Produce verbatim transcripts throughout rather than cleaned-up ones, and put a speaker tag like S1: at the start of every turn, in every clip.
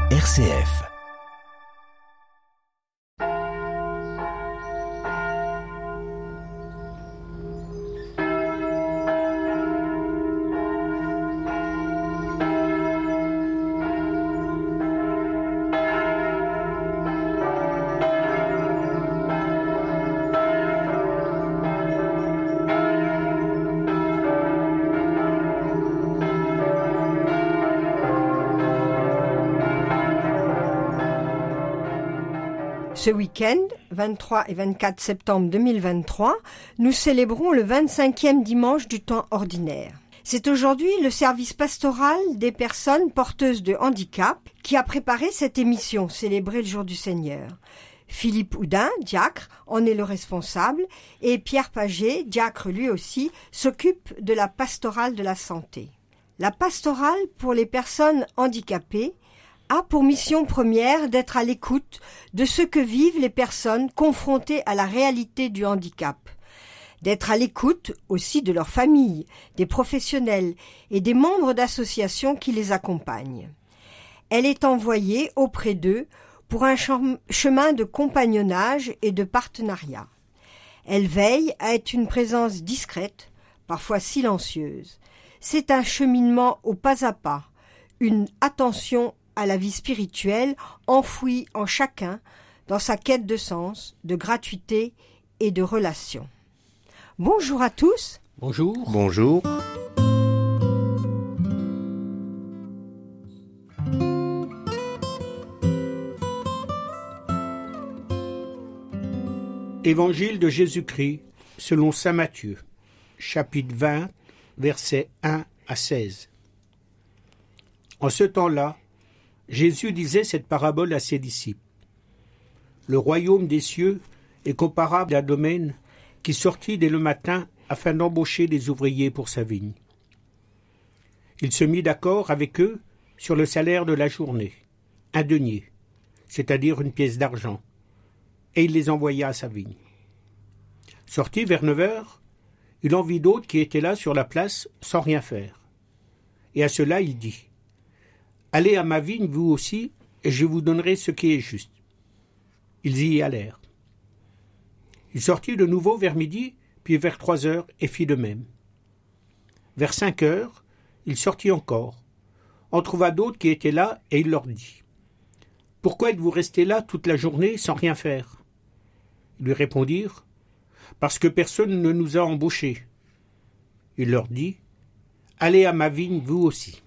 S1: R C F.
S2: Ce week-end, vingt-trois et vingt-quatre septembre deux mille vingt-trois, nous célébrons le vingt-cinquième dimanche du temps ordinaire. C'est aujourd'hui le service pastoral des personnes porteuses de handicap qui a préparé cette émission Célébrer le jour du Seigneur. Philippe Houdin, diacre, en est le responsable et Pierre Paget, diacre lui aussi, s'occupe de la pastorale de la santé. La pastorale pour les personnes handicapées a pour mission première d'être à l'écoute de ce que vivent les personnes confrontées à la réalité du handicap, d'être à l'écoute aussi de leurs familles, des professionnels et des membres d'associations qui les accompagnent. Elle est envoyée auprès d'eux pour un chemin de compagnonnage et de partenariat. Elle veille à être une présence discrète, parfois silencieuse. C'est un cheminement au pas à pas, une attention à la vie spirituelle enfouie en chacun dans sa quête de sens, de gratuité et de relation. Bonjour à tous.
S3: Bonjour.
S4: Bonjour.
S3: Évangile de Jésus-Christ selon saint Matthieu, chapitre vingt, versets un à seize. En ce temps-là, Jésus disait cette parabole à ses disciples. Le royaume des cieux est comparable à un domaine qui sortit dès le matin afin d'embaucher des ouvriers pour sa vigne. Il se mit d'accord avec eux sur le salaire de la journée, un denier, c'est-à-dire une pièce d'argent, et il les envoya à sa vigne. Sorti vers neuf heures, il en vit d'autres qui étaient là sur la place sans rien faire. Et à cela il dit: allez à ma vigne, vous aussi, et je vous donnerai ce qui est juste. Ils y allèrent. Il sortit de nouveau vers midi, puis vers trois heures, et fit de même. Vers cinq heures, il sortit encore, en trouva d'autres qui étaient là, et il leur dit: pourquoi êtes-vous restés là toute la journée sans rien faire? Ils lui répondirent: parce que personne ne nous a embauchés. Il leur dit: allez à ma vigne, vous aussi.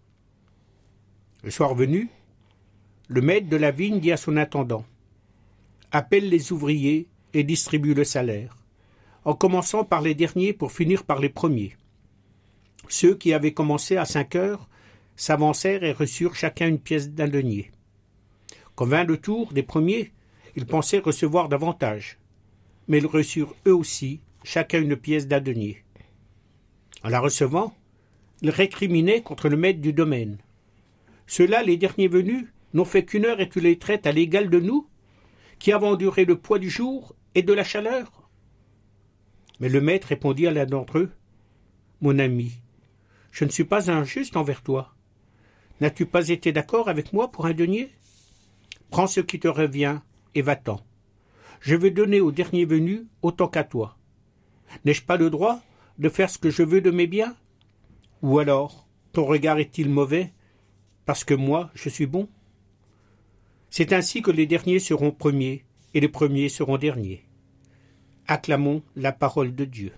S3: Le soir venu, le maître de la vigne dit à son intendant: appelle les ouvriers et distribue le salaire, en commençant par les derniers pour finir par les premiers. Ceux qui avaient commencé à cinq heures s'avancèrent et reçurent chacun une pièce d'un denier. Quand vint le tour des premiers, ils pensaient recevoir davantage, mais ils reçurent eux aussi chacun une pièce d'un denier. En la recevant, ils récriminaient contre le maître du domaine. Ceux-là, les derniers venus, n'ont fait qu'une heure et tu les traites à l'égal de nous, qui avons enduré le poids du jour et de la chaleur. Mais le maître répondit à l'un d'entre eux: mon ami, je ne suis pas injuste envers toi. N'as-tu pas été d'accord avec moi pour un denier? Prends ce qui te revient et va-t'en. Je vais donner au dernier venu autant qu'à toi. N'ai-je pas le droit de faire ce que je veux de mes biens? Ou alors, ton regard est-il mauvais parce que moi, je suis bon? C'est ainsi que les derniers seront premiers et les premiers seront derniers. Acclamons la parole de Dieu.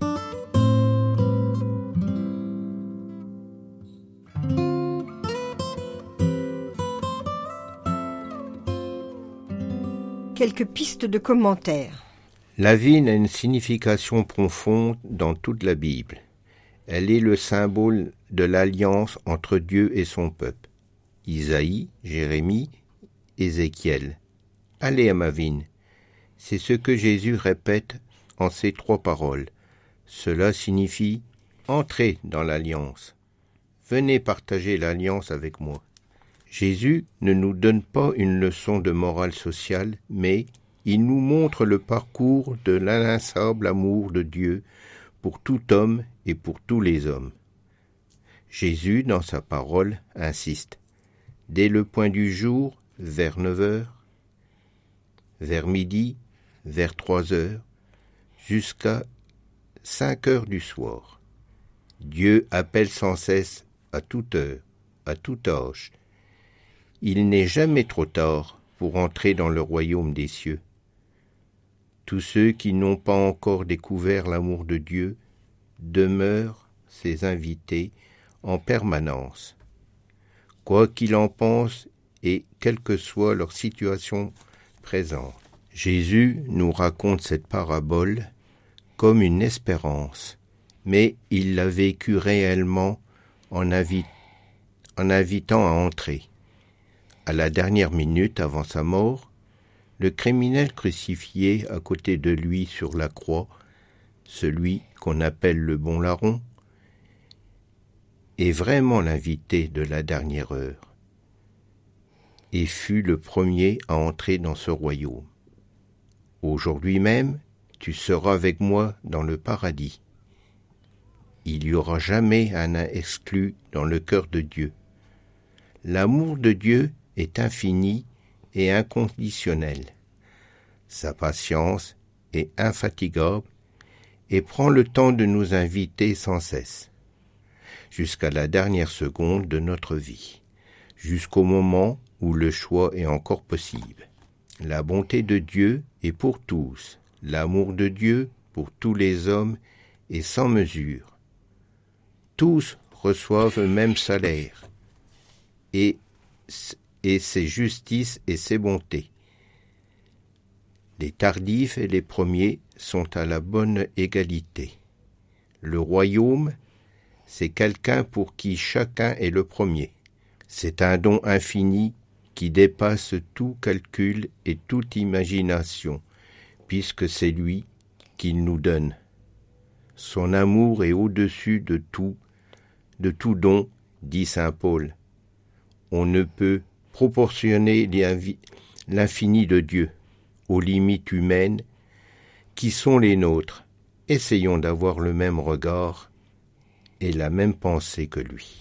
S2: Quelques pistes de commentaires.
S4: La vigne a une signification profonde dans toute la Bible. Elle est le symbole de l'alliance entre Dieu et son peuple. Isaïe, Jérémie, Ézéchiel. Allez à ma vigne. C'est ce que Jésus répète en ces trois paroles. Cela signifie entrez dans l'alliance. Venez partager l'alliance avec moi. Jésus ne nous donne pas une leçon de morale sociale, mais il nous montre le parcours de l'inlassable amour de Dieu pour tout homme et pour tous les hommes. Jésus, dans sa parole, insiste. dès le point du jour, vers neuf heures, vers midi, vers trois heures, jusqu'à cinq heures du soir. Dieu appelle sans cesse à toute heure, à tout âge. Il n'est jamais trop tard pour entrer dans le royaume des cieux. Tous ceux qui n'ont pas encore découvert l'amour de Dieu demeurent ses invités en permanence. Quoi qu'ils en pensent et quelle que soit leur situation présente. Jésus nous raconte cette parabole comme une espérance, mais il l'a vécue réellement en, invi- en invitant à entrer. À la dernière minute avant sa mort, le criminel crucifié à côté de lui sur la croix, celui qu'on appelle le bon larron, est vraiment l'invité de la dernière heure, et fut le premier à entrer dans ce royaume. Aujourd'hui même, tu seras avec moi dans le paradis. Il n'y aura jamais un exclu dans le cœur de Dieu. L'amour de Dieu est infini et inconditionnel. Sa patience est infatigable et prend le temps de nous inviter sans cesse, jusqu'à la dernière seconde de notre vie, jusqu'au moment où le choix est encore possible. La bonté de Dieu est pour tous, l'amour de Dieu pour tous les hommes est sans mesure. Tous reçoivent le même salaire, et, et ses justices et ses bontés. Les tardifs et les premiers sont à la bonne égalité. Le royaume, c'est quelqu'un pour qui chacun est le premier. C'est un don infini qui dépasse tout calcul et toute imagination, puisque c'est lui qui nous donne. Son amour est au-dessus de tout, de tout don, dit saint Paul. On ne peut proportionner l'infini de Dieu aux limites humaines qui sont les nôtres. Essayons d'avoir le même regard et la même pensée que lui.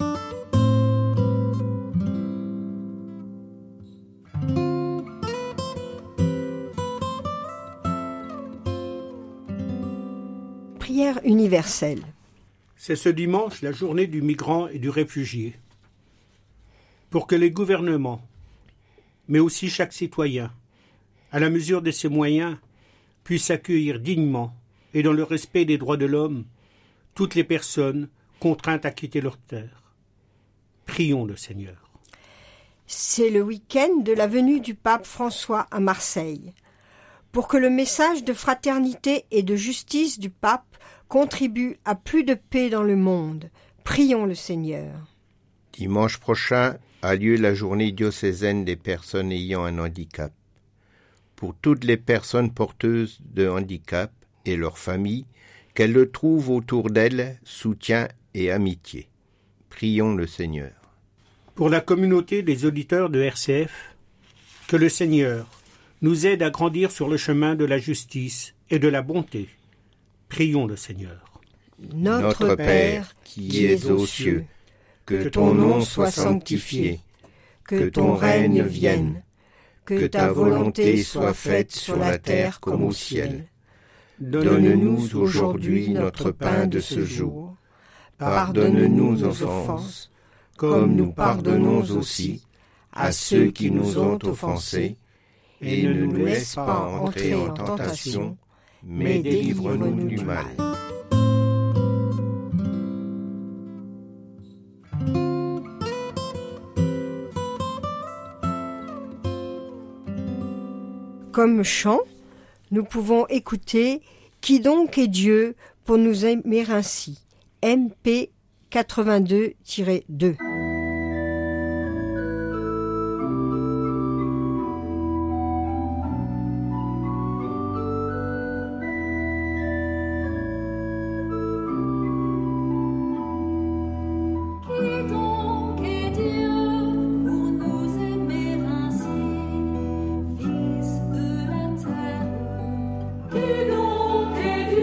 S2: Prière universelle.
S3: C'est ce dimanche la journée du migrant et du réfugié. Pour que les gouvernements, mais aussi chaque citoyen, à la mesure de ses moyens, puisse accueillir dignement et dans le respect des droits de l'homme toutes les personnes contraintes à quitter leur terre. Prions le Seigneur.
S2: C'est le week-end de la venue du pape François à Marseille. Pour que le message de fraternité et de justice du pape contribue à plus de paix dans le monde, prions le Seigneur.
S4: Dimanche prochain a lieu la journée diocésaine des personnes ayant un handicap. Pour toutes les personnes porteuses de handicap et leurs familles, qu'elles le trouvent autour d'elles soutien et amitié. Prions le Seigneur.
S3: Pour la communauté des auditeurs de R C F, que le Seigneur nous aide à grandir sur le chemin de la justice et de la bonté. Prions le Seigneur.
S4: Notre Père, qui es aux cieux, que ton nom soit sanctifié, que ton règne vienne, que ta volonté soit faite sur la terre comme au ciel. Donne-nous aujourd'hui notre pain de ce jour. Pardonne-nous nos offenses, comme nous pardonnons aussi à ceux qui nous ont offensés, et ne nous laisse pas entrer en tentation, mais délivre-nous du mal.
S2: Comme chant, nous pouvons écouter « Qui donc est Dieu pour nous aimer ainsi ?» M P quatre-vingt-deux tiret deux.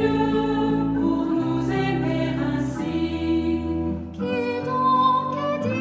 S1: Qui donc est Dieu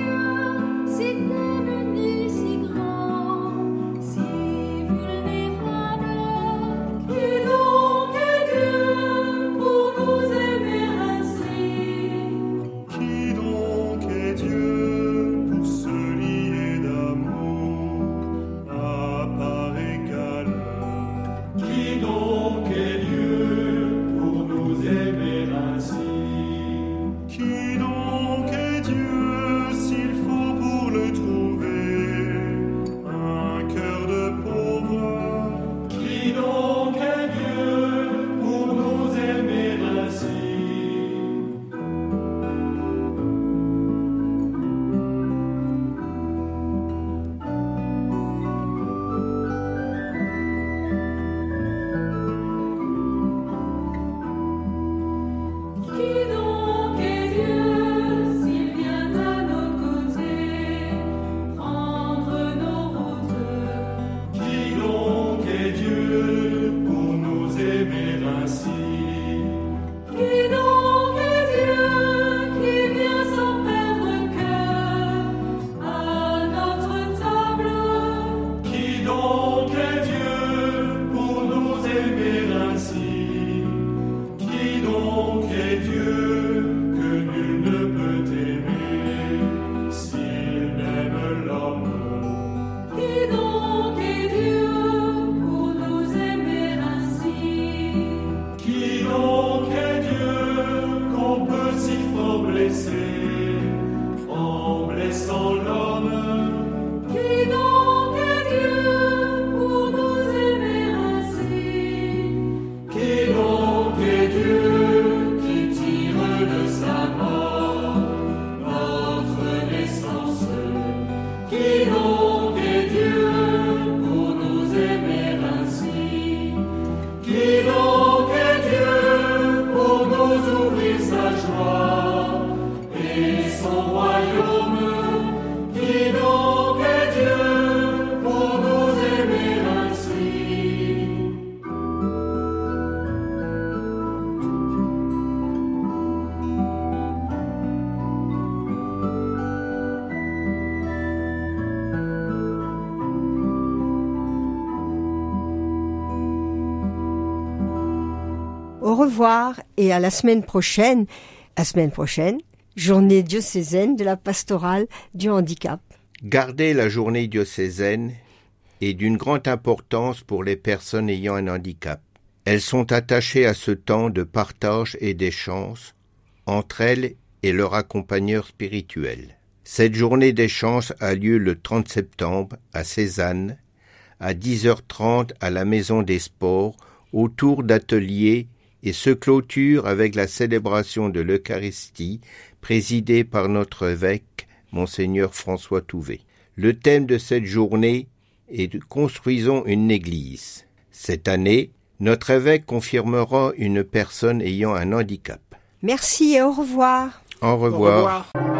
S2: revoir et à la semaine prochaine. La semaine prochaine, journée diocésaine de la pastorale du handicap.
S4: Garder la journée diocésaine est d'une grande importance pour les personnes ayant un handicap. Elles sont attachées à ce temps de partage et d'échange entre elles et leur accompagneur spirituel. Cette journée d'échange a lieu le trente septembre à Cézanne, à dix heures trente à la Maison des Sports, autour d'ateliers, et se clôture avec la célébration de l'Eucharistie présidée par notre évêque, Monseigneur François Touvet. Le thème de cette journée est « Construisons une église ». Cette année, notre évêque confirmera une personne ayant un handicap.
S2: Merci et au revoir.
S4: Au revoir.
S3: Au revoir.